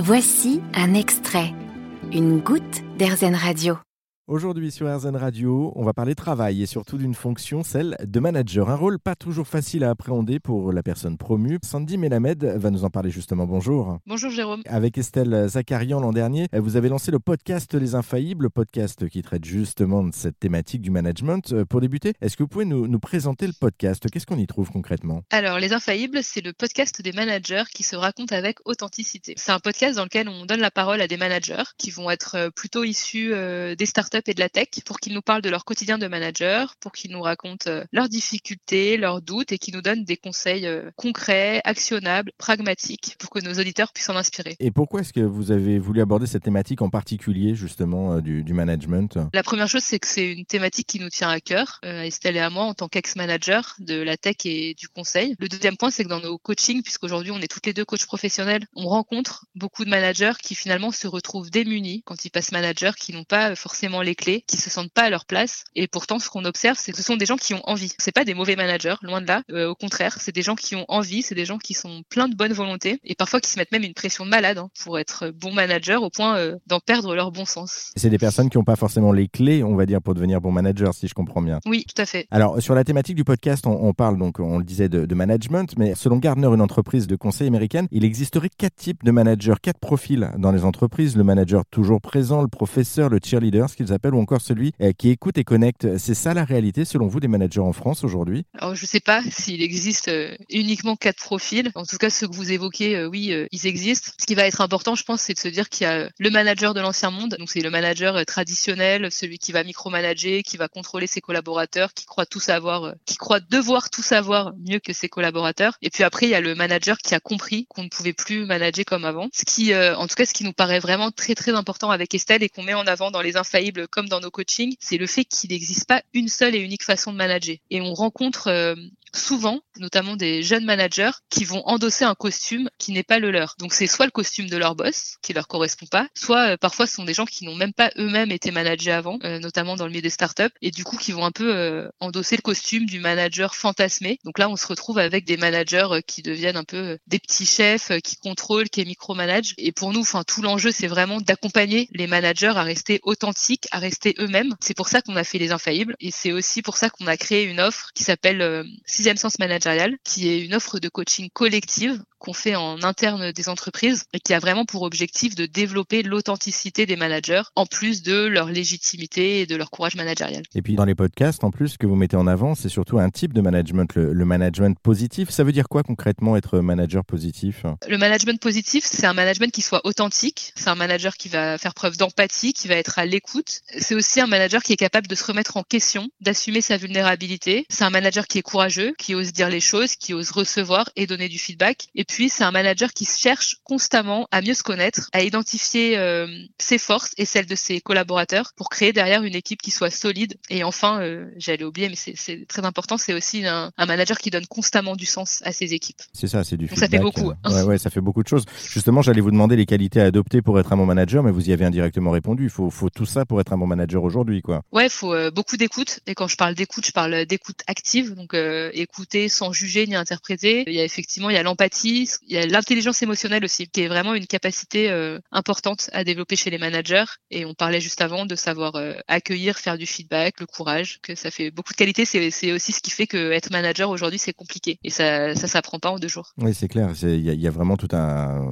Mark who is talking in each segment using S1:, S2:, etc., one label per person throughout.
S1: Voici un extrait, une goutte d'Airzen Radio.
S2: Aujourd'hui sur Airzen Radio, on va parler travail et surtout d'une fonction, celle de manager. Un rôle pas toujours facile à appréhender pour la personne promue. Sandy Melamed va nous en parler justement. Bonjour.
S3: Bonjour Jérôme.
S2: Avec Estelle Zakarian l'an dernier, vous avez lancé le podcast Les Infaillibles, le podcast qui traite justement de cette thématique du management. Pour débuter, est-ce que vous pouvez nous présenter le podcast ? Qu'est-ce qu'on y trouve concrètement ?
S3: Alors, Les Infaillibles, c'est le podcast des managers qui se racontent avec authenticité. C'est un podcast dans lequel on donne la parole à des managers qui vont être plutôt issus des startups et de la tech pour qu'ils nous parlent de leur quotidien de manager, pour qu'ils nous racontent leurs difficultés, leurs doutes et qu'ils nous donnent des conseils concrets, actionnables, pragmatiques pour que nos auditeurs puissent en inspirer.
S2: Et pourquoi est-ce que vous avez voulu aborder cette thématique en particulier justement du management ?
S3: La première chose, c'est que c'est une thématique qui nous tient à cœur, Estelle et à moi, en tant qu'ex-manager de la tech et du conseil. Le deuxième point, c'est que dans nos coachings, puisqu'aujourd'hui on est toutes les deux coachs professionnels, on rencontre beaucoup de managers qui finalement se retrouvent démunis quand ils passent manager, qui n'ont pas forcément les clés, qui se sentent pas à leur place. Et pourtant, ce qu'on observe, c'est que ce sont des gens qui ont envie. C'est pas des mauvais managers, loin de là. Au contraire, c'est des gens qui ont envie, c'est des gens qui sont pleins de bonne volonté et parfois qui se mettent même une pression de malade pour être bons managers au point d'en perdre leur bon sens.
S2: C'est des personnes qui n'ont pas forcément les clés, on va dire, pour devenir bon manager, si je comprends bien.
S3: Oui, tout à fait.
S2: Alors, sur la thématique du podcast, on parle donc, on le disait, de management, mais selon Gartner, une entreprise de conseil américaine, il existerait 4 types de managers, 4 profils dans les entreprises. Le manager toujours présent, le professeur, le cheerleader, ce qu'ils appellent, ou encore celui qui écoute et connecte. C'est ça la réalité, selon vous, des managers en France aujourd'hui ?
S3: Alors, je ne sais pas s'il existe uniquement 4 profils. En tout cas, ceux que vous évoquez, oui, ils existent. Ce qui va être important, je pense, c'est de se dire qu'il y a le manager de l'ancien monde. Donc, c'est le manager traditionnel, celui qui va micromanager, qui va contrôler ses collaborateurs, qui croit tout savoir, qui croit devoir tout savoir mieux que ses collaborateurs. Et puis après, il y a le manager qui a compris qu'on ne pouvait plus manager comme avant. Ce qui, en tout cas, ce qui nous paraît vraiment très, très important avec Estelle et qu'on met en avant dans les infaillibles comme dans nos coachings, c'est le fait qu'il n'existe pas une seule et unique façon de manager. Et on rencontre souvent, notamment des jeunes managers, qui vont endosser un costume qui n'est pas le leur. Donc c'est soit le costume de leur boss, qui leur correspond pas, soit parfois ce sont des gens qui n'ont même pas eux-mêmes été managés avant, notamment dans le milieu des startups, et du coup qui vont un peu endosser le costume du manager fantasmé. Donc là on se retrouve avec des managers qui deviennent un peu des petits chefs, qui contrôlent, qui micromanagent. Et pour nous, tout l'enjeu c'est vraiment d'accompagner les managers à rester authentiques, à rester eux-mêmes. C'est pour ça qu'on a fait les infaillibles, et c'est aussi pour ça qu'on a créé une offre qui s'appelle Sixième Sens Managérial, qui est une offre de coaching collective qu'on fait en interne des entreprises et qui a vraiment pour objectif de développer l'authenticité des managers en plus de leur légitimité et de leur courage managérial.
S2: Et puis dans les podcasts, en plus, ce que vous mettez en avant, c'est surtout un type de management, le management positif. Ça veut dire quoi concrètement être manager positif ?
S3: Le management positif, c'est un management qui soit authentique, c'est un manager qui va faire preuve d'empathie, qui va être à l'écoute. C'est aussi un manager qui est capable de se remettre en question, d'assumer sa vulnérabilité. C'est un manager qui est courageux, qui ose dire les choses, qui ose recevoir et donner du feedback. Et puis, c'est un manager qui cherche constamment à mieux se connaître, à identifier ses forces et celles de ses collaborateurs pour créer derrière une équipe qui soit solide. Et enfin, j'allais oublier, mais c'est très important, c'est aussi un manager qui donne constamment du sens à ses équipes.
S2: C'est ça, c'est du
S3: Donc
S2: feedback.
S3: ça fait beaucoup.
S2: Ouais, ça fait beaucoup de choses. Justement, j'allais vous demander les qualités à adopter pour être un bon manager, mais vous y avez indirectement répondu. Il faut tout ça pour être un bon manager aujourd'hui, quoi.
S3: Ouais, il faut beaucoup d'écoute. Et quand je parle d'écoute, je parle d'écoute active. Donc écouter sans juger ni interpréter. Il y a l'empathie, il y a l'intelligence émotionnelle aussi, qui est vraiment une capacité importante à développer chez les managers. Et on parlait juste avant de savoir accueillir, faire du feedback, le courage, que ça fait beaucoup de qualités. C'est aussi ce qui fait que être manager aujourd'hui, c'est compliqué. Et ça s'apprend pas en 2 jours.
S2: Oui, c'est clair. Il y a vraiment toute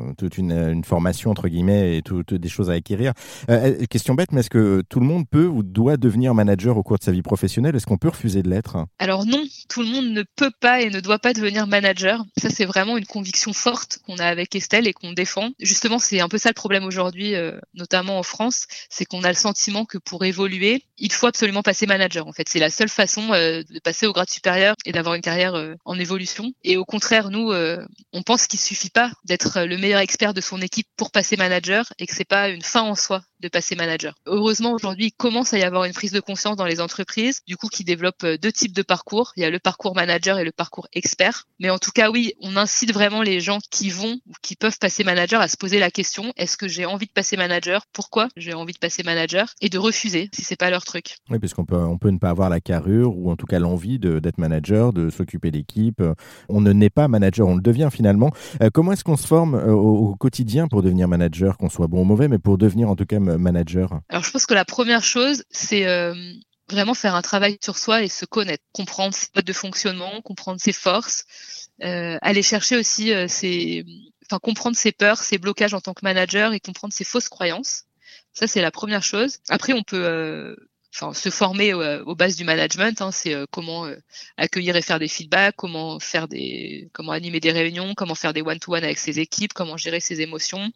S2: une formation, entre guillemets, et des choses à acquérir. Question bête, mais est-ce que tout le monde peut ou doit devenir manager au cours de sa vie professionnelle ? Est-ce qu'on peut refuser de l'être ?
S3: Alors non, tout le monde ne peut pas et ne doit pas devenir manager. Ça, c'est vraiment une conviction forte qu'on a avec Estelle et qu'on défend. Justement, c'est un peu ça le problème aujourd'hui, notamment en France, c'est qu'on a le sentiment que pour évoluer, il faut absolument passer manager. En fait, c'est la seule façon de passer au grade supérieur et d'avoir une carrière en évolution. Et au contraire, nous, on pense qu'il suffit pas d'être le meilleur expert de son équipe pour passer manager et que c'est pas une fin en soi de passer manager. Heureusement, aujourd'hui, il commence à y avoir une prise de conscience dans les entreprises, du coup, qui développent 2 types de parcours. Il y a le parcours manager et le parcours expert. Mais en tout cas, oui, on incite vraiment les gens qui vont ou qui peuvent passer manager à se poser la question, est-ce que j'ai envie de passer manager? Pourquoi j'ai envie de passer manager? Et de refuser si c'est pas leur truc.
S2: Oui, parce qu'on peut ne pas avoir la carrure ou en tout cas l'envie d'être manager, de s'occuper d'équipe. On ne naît pas manager, on le devient finalement. Comment est-ce qu'on se forme au quotidien pour devenir manager, qu'on soit bon ou mauvais, mais pour devenir en tout cas manager?
S3: Alors, je pense que la première chose, c'est vraiment faire un travail sur soi et se connaître, comprendre ses modes de fonctionnement, comprendre ses forces, aller chercher aussi comprendre ses peurs, ses blocages en tant que manager et comprendre ses fausses croyances. Ça, c'est la première chose. Après, on peut se former aux bases du management. C'est comment accueillir et faire des feedbacks, comment animer des réunions, comment faire des one-to-one avec ses équipes, comment gérer ses émotions.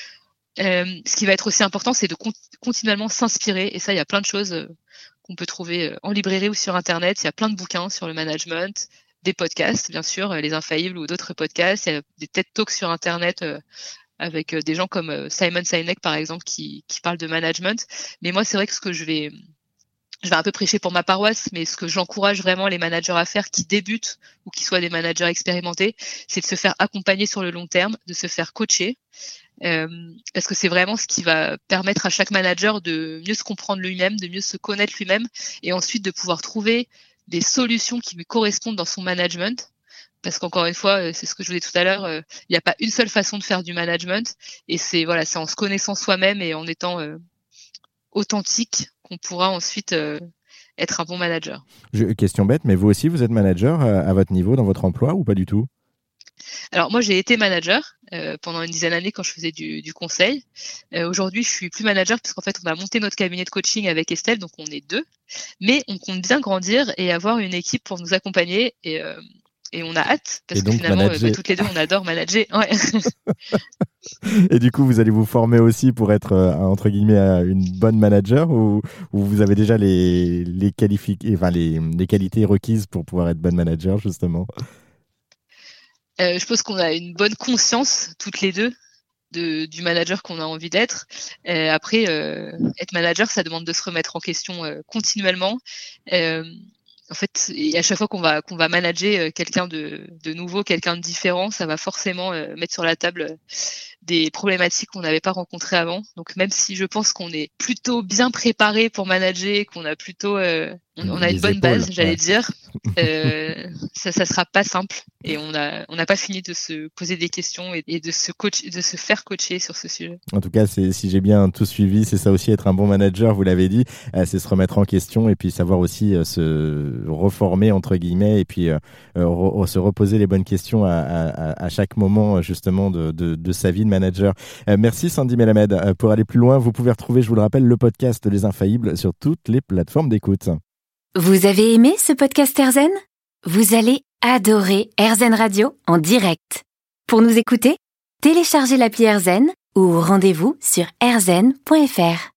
S3: Ce qui va être aussi important, c'est de continuellement s'inspirer. Et ça, il y a plein de choses qu'on peut trouver en librairie ou sur Internet. Il y a plein de bouquins sur le management, des podcasts, bien sûr, Les Infaillibles ou d'autres podcasts. Il y a des TED Talks sur Internet avec des gens comme Simon Sinek, par exemple, qui parlent de management. Mais moi, c'est vrai que ce que je vais un peu prêcher pour ma paroisse, mais ce que j'encourage vraiment les managers à faire qui débutent ou qui soient des managers expérimentés, c'est de se faire accompagner sur le long terme, de se faire coacher. Parce que c'est vraiment ce qui va permettre à chaque manager de mieux se comprendre lui-même, de mieux se connaître lui-même et ensuite de pouvoir trouver des solutions qui lui correspondent dans son management. Parce qu'encore une fois, c'est ce que je vous disais tout à l'heure, il n'y a pas une seule façon de faire du management et c'est en se connaissant soi-même et en étant authentique qu'on pourra ensuite être un bon manager.
S2: Question bête, mais vous aussi, vous êtes manager à votre niveau dans votre emploi ou pas du tout?
S3: Alors moi, j'ai été manager pendant une dizaine d'années quand je faisais du conseil. Aujourd'hui, je suis plus manager puisqu'en fait, on a monté notre cabinet de coaching avec Estelle, donc on est 2. Mais on compte bien grandir et avoir une équipe pour nous accompagner et on a hâte parce que finalement, toutes les 2, on adore manager. Ouais.
S2: Et du coup, vous allez vous former aussi pour être, entre guillemets, une bonne manager ou vous avez déjà les qualités requises pour pouvoir être bonne manager, justement?
S3: Je pense qu'on a une bonne conscience, toutes les 2, du manager qu'on a envie d'être. Après, être manager, ça demande de se remettre en question continuellement. En fait, et à chaque fois qu'on va manager quelqu'un de nouveau, quelqu'un de différent, ça va forcément mettre sur la table des problématiques qu'on n'avait pas rencontrées avant. Donc même si je pense qu'on est plutôt bien préparé pour manager, qu'on a plutôt on a une bonne base, j'allais dire, ça sera pas simple et on n'a pas fini de se poser des questions et de se faire coacher sur ce sujet.
S2: En tout cas, si j'ai bien tout suivi, c'est ça aussi être un bon manager, vous l'avez dit, c'est se remettre en question et puis savoir aussi se reformer entre guillemets et puis se reposer les bonnes questions à chaque moment justement de sa vie de manager. Merci Sandy Melamed. Pour aller plus loin, vous pouvez retrouver, je vous le rappelle, le podcast Les Infaillibles sur toutes les plateformes d'écoute.
S1: Vous avez aimé ce podcast AirZen? Vous allez adorer AirZen Radio en direct. Pour nous écouter, téléchargez l'appli AirZen ou rendez-vous sur airzen.fr.